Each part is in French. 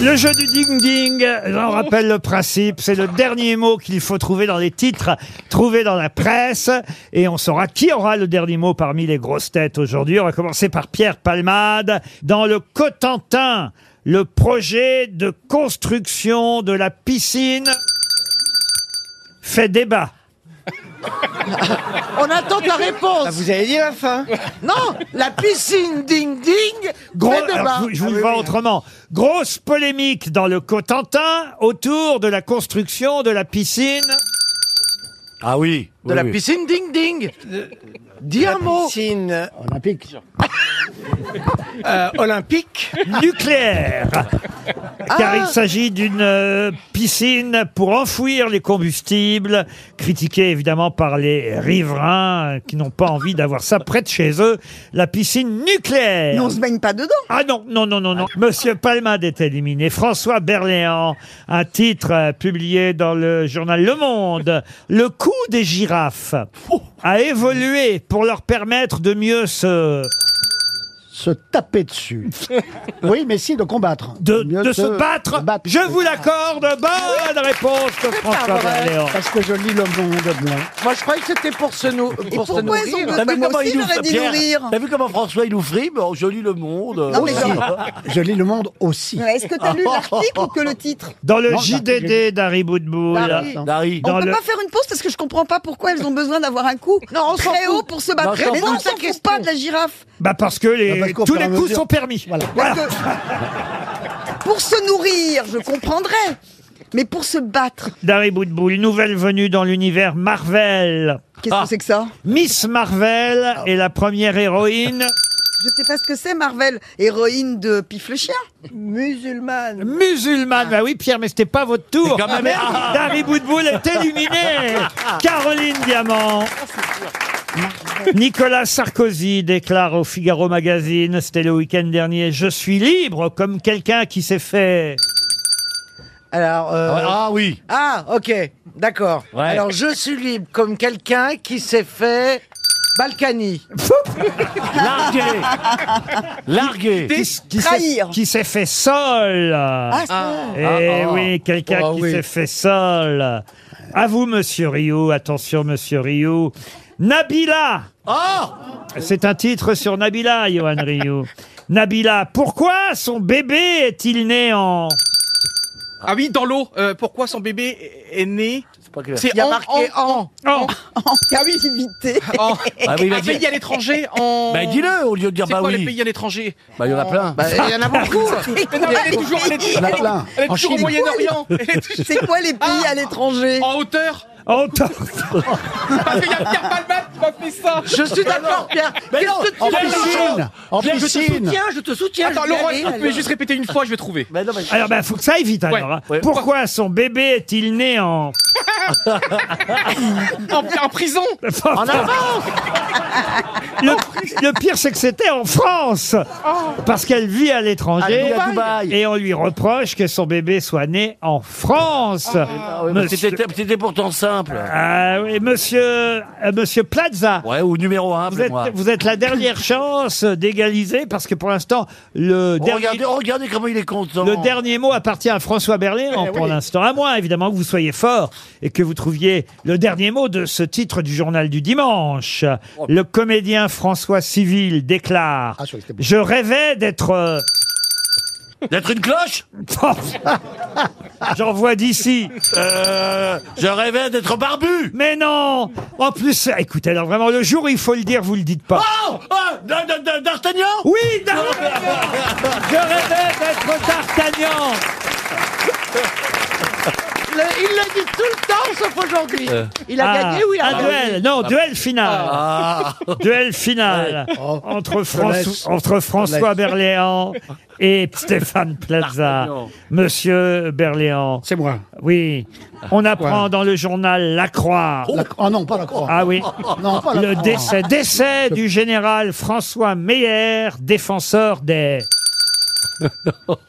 Le jeu du ding-ding, j'en rappelle le principe, c'est le dernier mot qu'il faut trouver dans les titres trouvés dans la presse. Et on saura qui aura le dernier mot parmi les grosses têtes aujourd'hui. On va commencer par Pierre Palmade. Dans le Cotentin, le projet de construction de la piscine fait débat. On attend ta réponse. Vous avez dit la fin. Non, la piscine ding-ding. Fait débat. Alors, je vous le vois autrement. Grosse polémique dans le Cotentin autour de la construction de la piscine. Ah oui. De la piscine ding-ding. Dis un mot. Piscine Olympique. olympique. Nucléaire. Car il s'agit d'une piscine pour enfouir les combustibles, critiquée évidemment par les riverains qui n'ont pas envie d'avoir ça près de chez eux, la piscine nucléaire. Mais on se baigne pas dedans. Ah non, non, non, non, non. Monsieur Palmade est éliminé. François Berléand, un titre publié dans le journal Le Monde. Le cou des girafes a évolué pour leur permettre de mieux se taper dessus. Oui, mais si, de combattre. de se battre. Je vous l'accorde. Bonne réponse de François Berléand. Parce que je lis Le Monde, moi. Moi, je croyais que c'était pour se nourrir. Pourquoi ils ont T'as vu moi comment aussi il nous j'aurais dit Pierre, nourrir. T'as vu comment François il nous frime? Oh, je lis Le Monde. Non, mais Aussi. Je lis Le Monde aussi. Est-ce que t'as lu l'article ou que le titre? Dans le Non, JDD d'Harry Boudboul. Dari. On Dans peut le- pas faire une pause parce que je comprends pas pourquoi elles ont besoin d'avoir un coup très haut pour se battre. Non, Mais non, on ta s'en fout question. pas de la girafe. Bah parce que parce qu'au tous fur et les à coups mesure- sont permis. Voilà. Parce que pour se nourrir, je comprendrais. Mais pour se battre, D'Harry Boudboul, nouvelle venue dans l'univers Marvel. qu'est-ce que c'est que ça? Miss Marvel est la première héroïne Je sais pas ce que c'est, Marvel. Héroïne de Pif le chien. Musulmane. musulmane. Bah oui, Pierre, mais c'était pas votre tour. quand même- D'Harry Boudboul est éliminé. Caroline Diamant. Nicolas Sarkozy déclare au Figaro Magazine, c'était le week-end dernier, je suis libre comme quelqu'un qui s'est fait... Alors, Ah oui. ah, ok, d'accord. Ouais. Alors, je suis libre comme quelqu'un qui s'est fait Balkany. Largué. Trahir. Qui s'est fait sol. Eh oui, quelqu'un Ah qui oui. s'est fait sol. À vous, monsieur Rioux. Attention, monsieur Rioux. Nabila. C'est un titre sur Nabila, Johan Rioux. Nabila, pourquoi son bébé est-il né en... Ah oui, dans l'eau. Pourquoi son bébé est né? C'est Il y a marqué en. en... En captivité. en Ah oui, il a un dit- pays à l'étranger. En. Bah dis-le au lieu de dire C'est bah quoi les oui. pays à l'étranger? Bah il y en a plein. Bah, il y en a beaucoup. Mais non, mais elle est toujours, elle est, Il y en a plein. elle est En toujours au Chine. Moyen-Orient. Elle est toujours C'est quoi les pays à l'étranger? en hauteur. en- Parce qu'il y a Pierre Palmade qui m'a fait ça. Je suis d'accord, Pierre. Mais non, En Pierre, piscine. En Pierre, piscine. Je te soutiens. Attends, Laurent, est-ce que vous pouvez juste répéter une fois, je vais trouver. Mais non, mais... Alors, ben, faut que ça aille vite, alors. Ouais. hein. Ouais. Pourquoi son bébé est-il né en... En prison. En avance. Le pire, c'est que c'était en France. Parce qu'elle vit à l'étranger. À Dubaï. Et on lui reproche que son bébé soit né en France. Ah oui, mais c'était pourtant simple. Ah oui, monsieur Plaza. Ouais, ou numéro 1, moi. Vous êtes la dernière chance d'égaliser parce que pour l'instant, le Regardez comment il est content. dernier mot appartient à François Berléand pour l'instant. À moins, évidemment, que vous soyez fort et que vous trouviez le dernier mot de ce titre du journal du dimanche. Le comédien François Civil déclare Ah, celui-là, c'était bon. « Je rêvais d'être... D'être une cloche. J'en vois d'ici. Je rêvais d'être barbu. Mais non. En plus, écoutez, alors vraiment, le jour où il faut le dire, vous le dites pas. Oh, D'Artagnan. Oui, D'Artagnan. Je rêvais d'être D'Artagnan. Il le dit tout le temps, sauf aujourd'hui. Il a gagné ou il a un duel. Non, duel final. Ah. Duel final entre, laisse. entre François Berléand et Stéphane Plaza. Monsieur Berléand. C'est moi. Oui. On apprend dans le journal La Croix. Oh non, pas la croix. Ah oui. Non, pas la Le croix. décès du général François Meyer, défenseur des...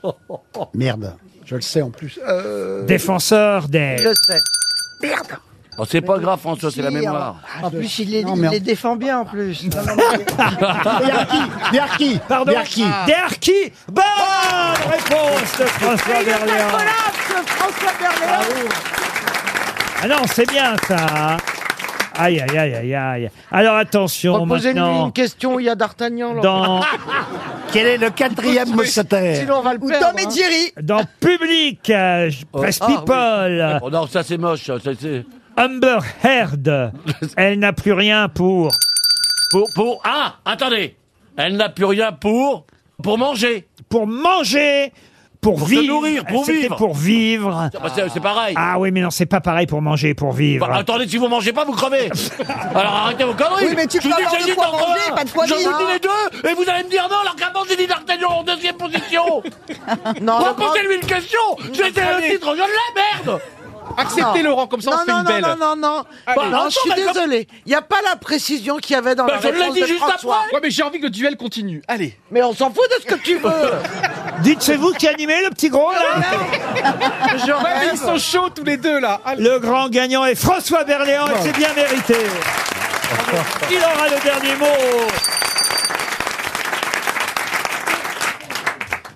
Merde. Je le sais en plus. Défenseur des... Je le sais. Oh, c'est pas grave, François, c'est la mémoire. En plus, il les, Non, mais il les défend bien, en plus. Des harkis. Pardon. Des harkis. Des harkis. Bonne réponse de François Il est pas Berléand. collable, ce François Berléand. Ah non, c'est bien ça. Hein. Aïe, aïe, aïe, aïe, aïe. Alors attention Reposez-lui maintenant. une question où il y a D'Artagnan. Là. Dans, Quel est le quatrième mousquetaire? Sinon, on va le Ou perdre. Tom et Jerry. dans Public, Presse Ah, oui. People, Oh non, ça c'est moche. Ça, c'est... Amber Heard, elle n'a plus rien pour Ah, attendez. Elle n'a plus rien pour manger. manger, pour Pour se vivre. nourrir, pour C'était vivre. pour vivre. Bah, c'est pareil. Ah oui, mais non, c'est pas pareil pour manger et pour vivre. Bah, attendez, si vous mangez pas, vous crevez. Alors arrêtez vos conneries. Oui, mais tu Je peux vous dis avoir que de j'ai quoi dit manger, pas de quoi Je vous vivre. dis les deux, et vous allez me dire non, alors qu'avant j'ai dit D'Artagnan en deuxième position. Non, le grand- Posez-lui une question. J'ai été le titre, je l'ai, merde. Acceptez, Laurent, comme ça on se fait non, une non, belle. non. Bah, Non, attends, je suis mais comme- désolé. Il n'y a pas la précision qu'il y avait dans Bah, la je l'ai réponse dit de juste François. après. Ouais, mais j'ai envie que le duel continue. Allez. Mais on s'en fout de ce que tu veux. Dites, c'est vous qui animez le petit gros là? Je Ouais, mais ils rêve. sont chauds tous les deux là. Allez. Le grand gagnant est François Berléand et c'est bien mérité. Il aura le dernier mot.